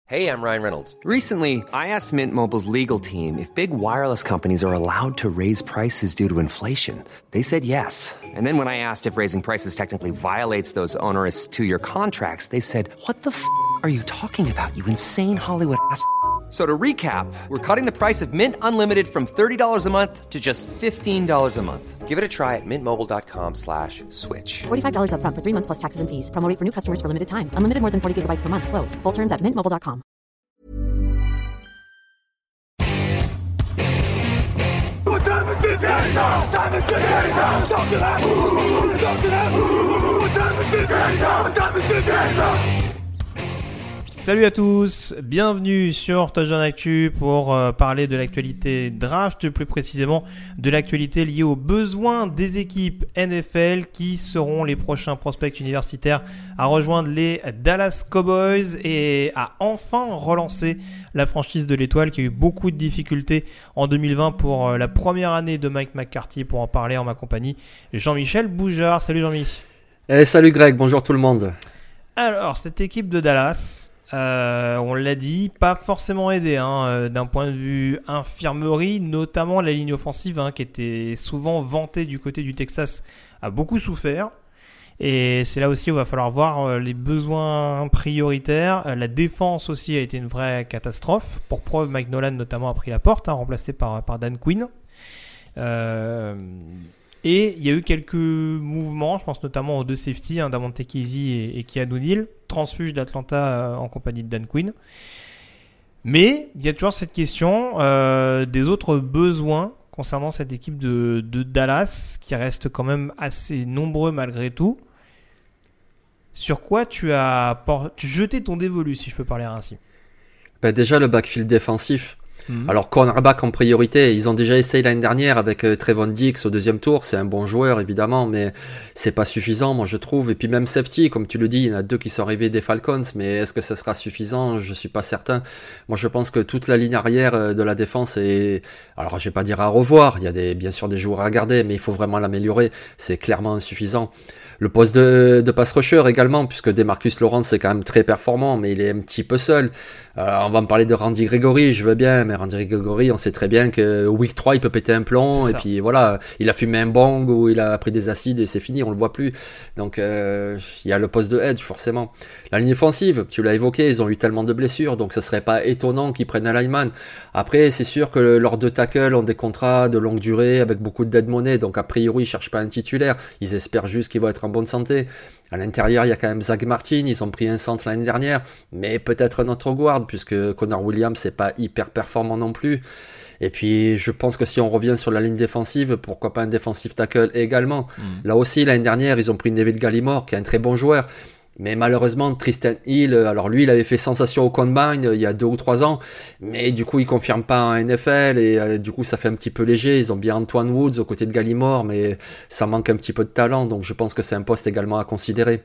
Hey, I'm Ryan Reynolds. Recently, I asked Mint Mobile's legal team if big wireless companies are allowed to raise prices due to inflation. They said yes. And then when I asked if raising prices technically violates those onerous two-year contracts, they said, "What the f*** are you talking about, you insane Hollywood ass?" So to recap, we're cutting the price of Mint Unlimited from $30 a month to just $15 a month. Give it a try at mintmobile.com/switch. $45 up front for 3 months plus taxes and fees. Promo rate for new customers for limited time. Unlimited more than 40 gigabytes per month. Slows full terms at mintmobile.com. Salut à tous, bienvenue sur Touchdown Actu pour parler de l'actualité draft, plus précisément de l'actualité liée aux besoins des équipes NFL qui seront les prochains prospects universitaires à rejoindre les Dallas Cowboys et à enfin relancer la franchise de l'Étoile qui a eu beaucoup de difficultés en 2020 pour la première année de Mike McCarthy. Pour en parler en ma compagnie, Jean-Michel Boujard. Salut Jean-Mi. Salut Greg, bonjour tout le monde. Alors, cette équipe de Dallas... on l'a dit, pas forcément aidé d'un point de vue infirmerie, notamment la ligne offensive qui était souvent vantée du côté du Texas a beaucoup souffert, et c'est là aussi où il va falloir voir les besoins prioritaires. La défense aussi a été une vraie catastrophe, pour preuve Mike Nolan notamment a pris la porte, remplacé par Dan Quinn. Et il y a eu quelques mouvements, je pense notamment aux deux safety, Damonte Kesey et Keanu Neal, transfuge d'Atlanta en compagnie de Dan Quinn. Mais il y a toujours cette question des autres besoins concernant cette équipe de Dallas, qui reste quand même assez nombreux malgré tout. Sur quoi tu as jeté ton dévolu, si je peux parler ainsi? Déjà le backfield défensif. Alors cornerback en priorité, ils ont déjà essayé l'année dernière avec Trevon Diggs au deuxième tour, c'est un bon joueur évidemment, mais c'est pas suffisant moi je trouve. Et puis même safety, comme tu le dis, il y en a deux qui sont arrivés des Falcons, mais est-ce que ça sera suffisant? Je suis pas certain. Moi je pense que toute la ligne arrière de la défense est, alors je vais pas dire à revoir, il y a bien sûr des joueurs à garder, mais il faut vraiment l'améliorer, c'est clairement insuffisant. Le poste de pass rusher également, puisque Demarcus Lawrence c'est quand même très performant, mais il est un petit peu seul. On va me parler de Randy Gregory, je veux bien, mais Randy Gregory, on sait très bien que week 3 il peut péter un plomb, et puis voilà, il a fumé un bong ou il a pris des acides et c'est fini, on le voit plus. Donc il y a le poste de edge forcément. La ligne offensive, tu l'as évoqué, ils ont eu tellement de blessures, donc ça serait pas étonnant qu'ils prennent un lineman. Après c'est sûr que leurs deux tackles ont des contrats de longue durée avec beaucoup de dead money, donc a priori ils cherchent pas un titulaire, ils espèrent juste qu'ils vont être en bonne santé. À l'intérieur, il y a quand même Zach Martin, ils ont pris un centre l'année dernière, mais peut-être un autre guard, puisque Connor Williams, c'est pas hyper performant non plus. Et puis, je pense que si on revient sur la ligne défensive, pourquoi pas un defensive tackle également. Là aussi, l'année dernière, ils ont pris Neville Gallimore, qui est un très bon joueur. Mais malheureusement, Tristan Hill, alors lui, il avait fait sensation au Combine il y a 2 ou 3 ans, mais du coup, il confirme pas en NFL et du coup, ça fait un petit peu léger. Ils ont bien Antoine Woods aux côtés de Gallimore, mais ça manque un petit peu de talent, donc je pense que c'est un poste également à considérer.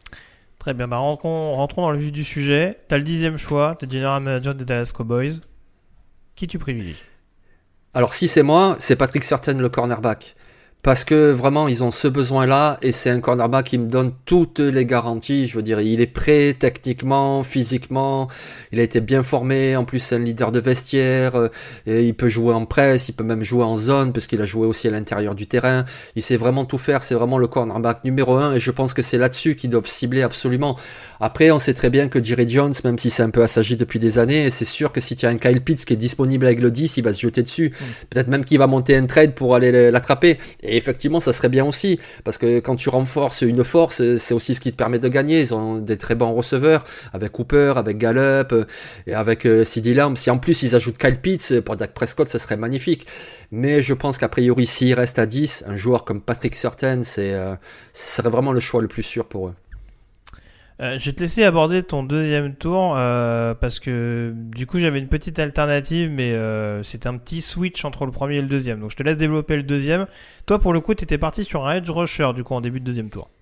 Très bien, rentrons dans le vif du sujet. Tu as le 10e choix, tu es General Manager des Dallas Cowboys. Qui tu privilégies? Alors si c'est moi, c'est Patrick Surtain, le cornerback. Parce que vraiment, ils ont ce besoin-là et c'est un cornerback qui me donne toutes les garanties. Je veux dire, il est prêt techniquement, physiquement, il a été bien formé. En plus, c'est un leader de vestiaire. Et il peut jouer en presse, il peut même jouer en zone parce qu'il a joué aussi à l'intérieur du terrain. Il sait vraiment tout faire. C'est vraiment le cornerback numéro 1 et je pense que c'est là-dessus qu'ils doivent cibler absolument. Après, on sait très bien que Jerry Jones, même si c'est un peu assagi depuis des années, et c'est sûr que si tu as un Kyle Pitts qui est disponible avec le 10, il va se jeter dessus. Peut-être même qu'il va monter un trade pour aller l'attraper. Et effectivement, ça serait bien aussi, parce que quand tu renforces une force, c'est aussi ce qui te permet de gagner. Ils ont des très bons receveurs, avec Cooper, avec Gallup, et avec CeeDee Lamb. Si en plus ils ajoutent Kyle Pitts pour Dak Prescott, ce serait magnifique. Mais je pense qu'a priori, s'il reste à 10, un joueur comme Patrick Surtain, ce serait vraiment le choix le plus sûr pour eux. Je vais te laisser aborder ton deuxième tour parce que du coup j'avais une petite alternative, mais c'était un petit switch entre le premier et le deuxième, donc je te laisse développer le deuxième. Toi pour le coup t'étais parti sur un edge rusher du coup en début de deuxième tour.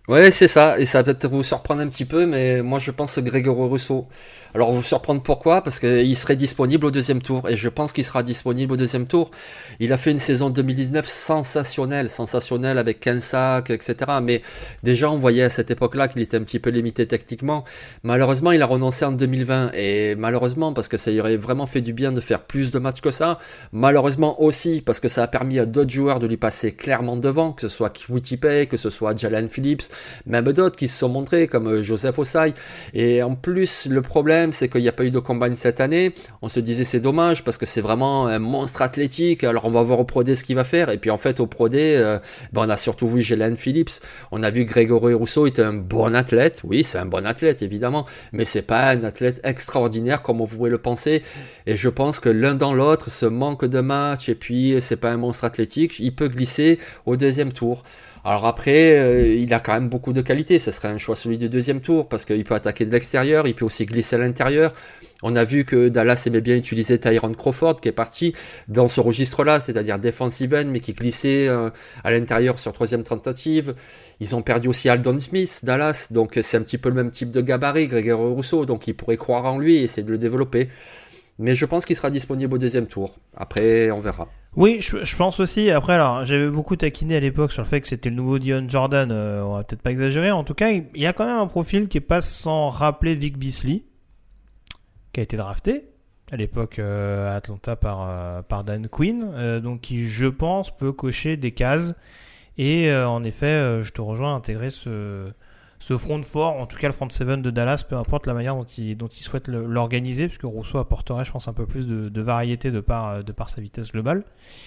Ouais, c'est ça, et ça va peut-être vous surprendre un petit peu, mais moi je pense Grégory Rousseau. Alors vous surprendre pourquoi? Parce qu'il serait disponible au deuxième tour, et je pense qu'il sera disponible au deuxième tour. Il a fait une saison 2019 sensationnelle avec 15 sacs, etc. Mais déjà on voyait à cette époque-là qu'il était un petit peu limité techniquement. Malheureusement il a renoncé en 2020, et malheureusement parce que ça lui aurait vraiment fait du bien de faire plus de matchs que ça. Malheureusement aussi parce que ça a permis à d'autres joueurs de lui passer clairement devant, que ce soit Kwitipay, que ce soit Jalen Phillips, même d'autres qui se sont montrés comme Joseph Ossai. Et en plus le problème c'est qu'il n'y a pas eu de combine cette année. On se disait c'est dommage parce que c'est vraiment un monstre athlétique, alors on va voir au Pro D ce qu'il va faire, et puis en fait au Pro D on a surtout vu Jalen Phillips, on a vu Grégory Rousseau était un bon athlète, oui c'est un bon athlète évidemment, mais c'est pas un athlète extraordinaire comme on pouvait le penser, et je pense que l'un dans l'autre, ce manque de match et puis c'est pas un monstre athlétique, il peut glisser au deuxième tour. Alors après, il a quand même beaucoup de qualité, ça serait un choix celui du deuxième tour, parce qu'il peut attaquer de l'extérieur, il peut aussi glisser à l'intérieur. On a vu que Dallas aimait bien utiliser Tyrone Crawford, qui est parti dans ce registre-là, c'est-à-dire defensive end, mais qui glissait à l'intérieur sur troisième tentative. Ils ont perdu aussi Aldon Smith, Dallas, donc c'est un petit peu le même type de gabarit, Grégory Rousseau, donc il pourrait croire en lui et essayer de le développer. Mais je pense qu'il sera disponible au deuxième tour. Après, on verra. Oui, je pense aussi. Après, alors, j'avais beaucoup taquiné à l'époque sur le fait que c'était le nouveau Dion Jordan. On va peut-être pas exagérer. En tout cas, il y a quand même un profil qui est pas sans rappeler Vic Beasley, qui a été drafté à l'époque à Atlanta par Dan Quinn. Donc, qui, je pense, peut cocher des cases. Et en effet, je te rejoins à intégrer ce front fort, en tout cas le front seven de Dallas, peu importe la manière dont il souhaite l'organiser, puisque Rousseau apporterait, je pense, un peu plus de variété de par sa vitesse globale.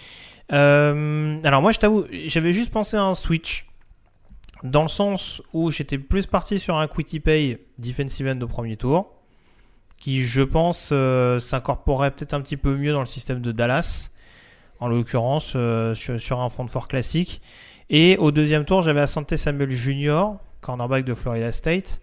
Alors moi, je t'avoue, j'avais juste pensé à un switch, dans le sens où j'étais plus parti sur un Kwitipay defensive end au premier tour, qui, je pense, s'incorporerait peut-être un petit peu mieux dans le système de Dallas, en l'occurrence sur un front fort classique. Et au deuxième tour, j'avais Asante Samuel Jr., cornerback de Florida State,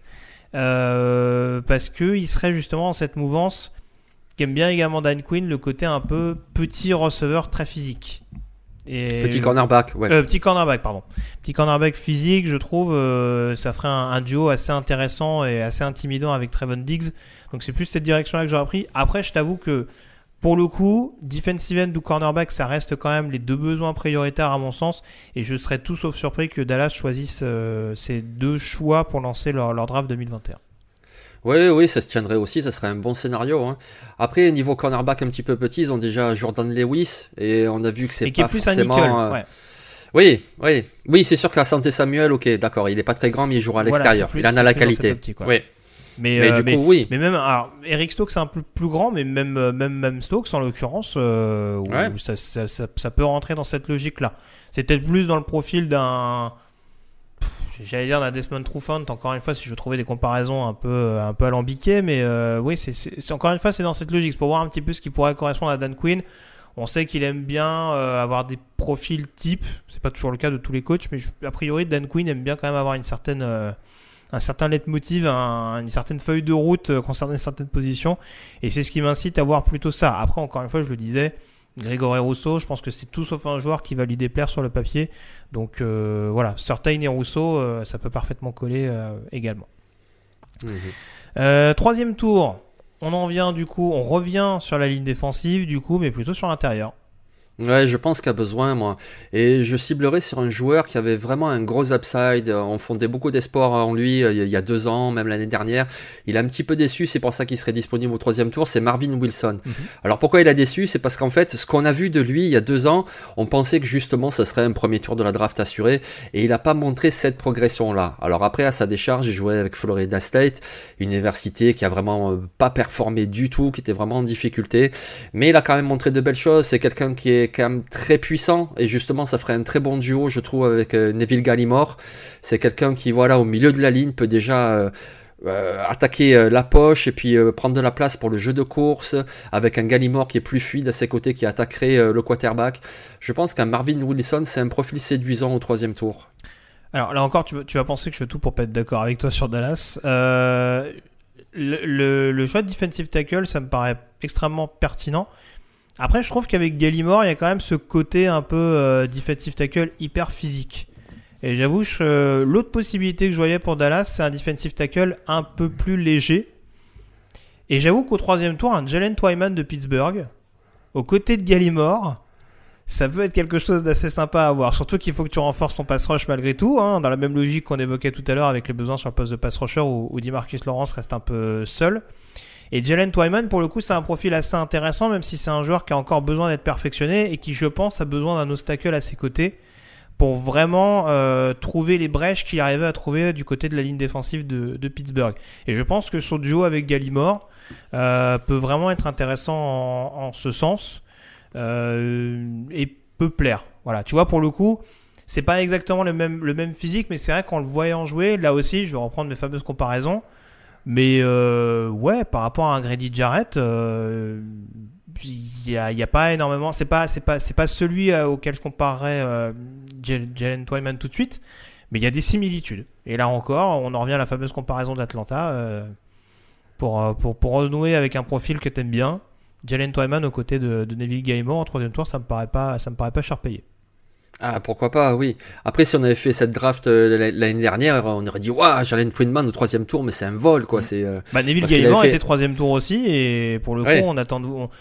parce qu'il serait justement dans cette mouvance qu'aime bien également Dan Quinn, le côté un peu petit receveur très physique. Et petit cornerback, ouais. Petit cornerback physique, je trouve, ça ferait un duo assez intéressant et assez intimidant avec Trevon Diggs. Donc c'est plus cette direction-là que j'aurais pris. Après, je t'avoue que pour le coup, defensive end ou cornerback, ça reste quand même les deux besoins prioritaires à mon sens, et je serais tout sauf surpris que Dallas choisisse ces deux choix pour lancer leur draft 2021. Oui, ça se tiendrait aussi, ça serait un bon scénario. Hein. Après, niveau cornerback un petit peu petit, ils ont déjà Jordan Lewis, et on a vu que c'est pas forcément... plus un nickel, Oui, c'est sûr qu'à Asante Samuel, ok, d'accord, il est pas très grand, mais il jouera à l'extérieur, il en a la qualité. Oui. Mais du coup, oui. Mais même, alors, Eric Stokes c'est un peu plus grand, mais même Stokes en l'occurrence, ça peut rentrer dans cette logique-là. C'est peut-être plus dans le profil d'un Desmond Trufant. Encore une fois, si je trouvais des comparaisons un peu alambiquées, mais oui, c'est encore une fois, c'est dans cette logique. C'est pour voir un petit peu ce qui pourrait correspondre à Dan Quinn. On sait qu'il aime bien avoir des profils types. C'est pas toujours le cas de tous les coachs, mais a priori, Dan Quinn aime bien quand même avoir un certain leitmotiv, une certaine feuille de route concernant certaines positions, et c'est ce qui m'incite à voir plutôt ça. Après, encore une fois, je le disais, Grégory Rousseau, je pense que c'est tout sauf un joueur qui va lui déplaire sur le papier, donc voilà, Surtain et Rousseau, ça peut parfaitement coller également. Troisième tour, on revient sur la ligne défensive du coup, mais plutôt sur l'intérieur. Ouais, je pense qu'il a besoin, moi. Et je ciblerais sur un joueur qui avait vraiment un gros upside. On fondait beaucoup d'espoir en lui il y a 2 ans, même l'année dernière. Il a un petit peu déçu, c'est pour ça qu'il serait disponible au 3e tour, c'est Marvin Wilson. Alors pourquoi il a déçu? C'est parce qu'en fait, ce qu'on a vu de lui il y a 2 ans, on pensait que justement ce serait un premier tour de la draft assuré, et il n'a pas montré cette progression-là. Alors après, à sa décharge, il jouait avec Florida State, une université qui a vraiment pas performé du tout, qui était vraiment en difficulté, mais il a quand même montré de belles choses. C'est quelqu'un qui est quand même très puissant, et justement ça ferait un très bon duo, je trouve, avec Neville Gallimore. C'est quelqu'un qui, voilà, au milieu de la ligne peut déjà attaquer la poche et puis prendre de la place pour le jeu de course, avec un Gallimore qui est plus fluide à ses côtés, qui attaquerait le quarterback. Je pense qu'un Marvin Wilson, c'est un profil séduisant au 3e tour. Alors là encore, tu vas penser que je fais tout pour pas être d'accord avec toi sur Dallas. Le choix de defensive tackle, ça me paraît extrêmement pertinent. Après, je trouve qu'avec Gallimore, il y a quand même ce côté un peu defensive tackle hyper physique. Et j'avoue, l'autre possibilité que je voyais pour Dallas, c'est un defensive tackle un peu plus léger. Et j'avoue qu'au 3e tour, un Jalen Twyman de Pittsburgh, aux côtés de Gallimore, ça peut être quelque chose d'assez sympa à voir. Surtout qu'il faut que tu renforces ton pass rush malgré tout, hein, dans la même logique qu'on évoquait tout à l'heure avec les besoins sur le poste de pass rusher où DeMarcus Lawrence reste un peu seul. Et Jalen Twyman, pour le coup, c'est un profil assez intéressant, même si c'est un joueur qui a encore besoin d'être perfectionné et qui, je pense, a besoin d'un nose tackle à ses côtés pour vraiment trouver les brèches qu'il arrivait à trouver du côté de la ligne défensive de Pittsburgh. Et je pense que son duo avec Gallimore peut vraiment être intéressant en ce sens. Et peut plaire. Voilà, tu vois, pour le coup, c'est pas exactement le même physique, mais c'est vrai qu'en le voyant jouer, là aussi, je vais reprendre mes fameuses comparaisons. Mais ouais, par rapport à un Grady Jarrett, il y a pas énormément. C'est pas celui auquel je comparerais Jalen Twyman tout de suite, mais il y a des similitudes. Et là encore, on en revient à la fameuse comparaison d'Atlanta pour renouer avec un profil que t'aimes bien. Jalen Twyman aux côtés de Neville Gallimore en 3e tour, ça me paraît pas cher payé. Ah, pourquoi pas, oui. Après, si on avait fait cette draft l'année dernière, on aurait dit, waouh, Jalen Twyman au 3e tour, mais c'est un vol, quoi. Neville Gallimore était 3e tour aussi, et pour le coup, on attend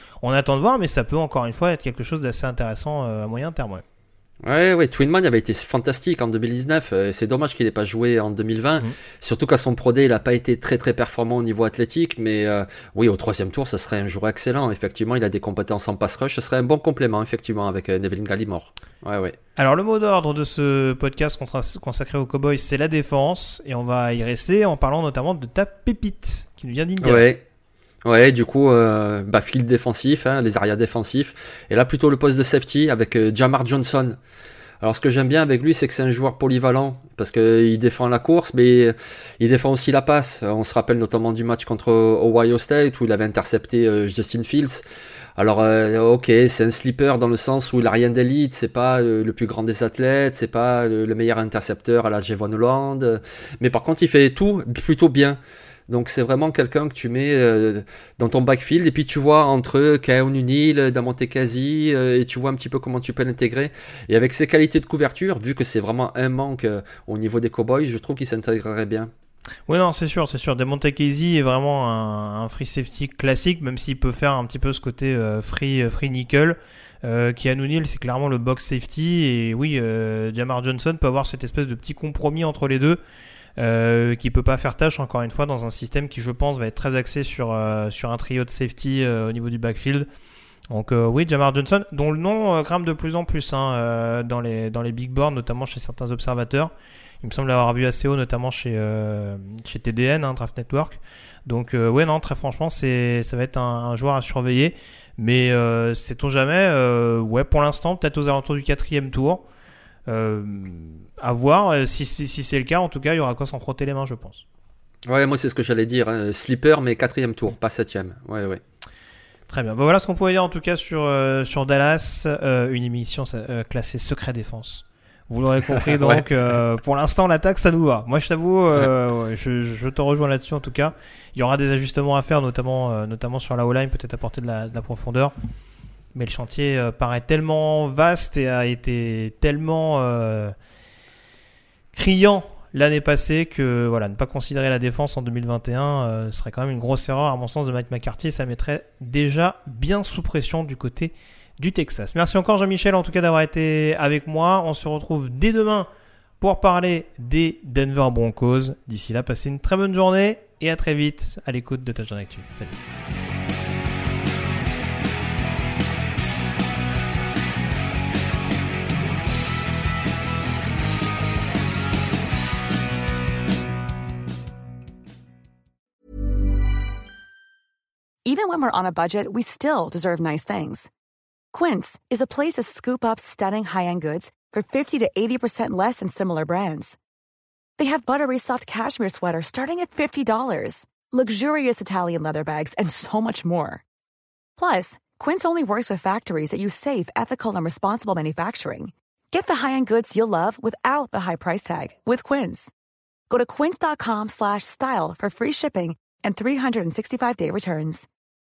de voir, mais ça peut encore une fois être quelque chose d'assez intéressant à moyen terme, ouais. Ouais, Twyman avait été fantastique en 2019. C'est dommage qu'il n'ait pas joué en 2020. Surtout qu'à son Pro Day, il n'a pas été très très performant au niveau athlétique. Mais oui, au 3e tour, ça serait un joueur excellent. Effectivement, il a des compétences en pass rush. Ce serait un bon complément, effectivement, avec Neville Gallimore. Ouais. Alors, le mot d'ordre de ce podcast consacré aux Cowboys, c'est la défense. Et on va y rester en parlant notamment de ta pépite qui nous vient d'Indiana. Ouais, du coup, field défensif, les arrières défensifs. Et là, plutôt le poste de safety avec Jamar Johnson. Alors, ce que j'aime bien avec lui, c'est que c'est un joueur polyvalent. Parce qu'il défend la course, mais il défend aussi la passe. On se rappelle notamment du match contre Ohio State où il avait intercepté Justin Fields. Alors, ok, c'est un sleeper dans le sens où il n'a rien d'élite. C'est pas le plus grand des athlètes. C'est pas le meilleur intercepteur à la Javon Holland. Mais par contre, il fait tout plutôt bien. Donc c'est vraiment quelqu'un que tu mets dans ton backfield et puis tu vois entre Keanu Neal, Damontae Kazee et tu vois un petit peu comment tu peux l'intégrer. Et avec ses qualités de couverture, vu que c'est vraiment un manque au niveau des Cowboys, je trouve qu'il s'intégrerait bien. Oui, non, c'est sûr. Damontae Kazee est vraiment un free safety classique, même s'il peut faire un petit peu ce côté free nickel. Keanu Neal, c'est clairement le box safety. Et oui, Jamar Johnson peut avoir cette espèce de petit compromis entre les deux. Qui peut pas faire tâche encore une fois dans un système qui je pense va être très axé sur un trio de safety au niveau du backfield. Donc oui, Jamar Johnson dont le nom grimpe de plus en plus dans les big boards, notamment chez certains observateurs. Il me semble l'avoir vu assez haut, notamment chez TDN, Draft Network. Donc ouais, non, très franchement, ça va être un joueur à surveiller, mais sait-on jamais. Ouais, pour l'instant peut-être aux alentours du 4e tour. À voir, si c'est le cas, en tout cas il y aura quoi s'en frotter les mains, je pense. Ouais, moi c'est ce que j'allais dire, sleeper mais 4e tour, pas 7e. Ouais. Très bien, voilà ce qu'on pouvait dire en tout cas sur Dallas, une émission classée secret défense. Vous l'aurez compris, donc pour l'instant l'attaque ça nous va. Moi je t'avoue, je te rejoins là-dessus en tout cas. Il y aura des ajustements à faire, notamment sur la O-line, peut-être apporter de la profondeur. Mais le chantier paraît tellement vaste et a été tellement criant l'année passée que voilà, ne pas considérer la défense en 2021 serait quand même une grosse erreur à mon sens de Mike McCarthy. Ça mettrait déjà bien sous pression du côté du Texas. Merci encore Jean-Michel en tout cas d'avoir été avec moi. On se retrouve dès demain pour parler des Denver Broncos. D'ici là, passez une très bonne journée et à très vite à l'écoute de Touchdown Actu. Salut. Even when we're on a budget, we still deserve nice things. Quince is a place to scoop up stunning high-end goods for 50 to 80% less than similar brands. They have buttery soft cashmere sweaters starting at $50, luxurious Italian leather bags, and so much more. Plus, Quince only works with factories that use safe, ethical, and responsible manufacturing. Get the high-end goods you'll love without the high price tag with Quince. Go to quince.com/style for free shipping and 365-day returns.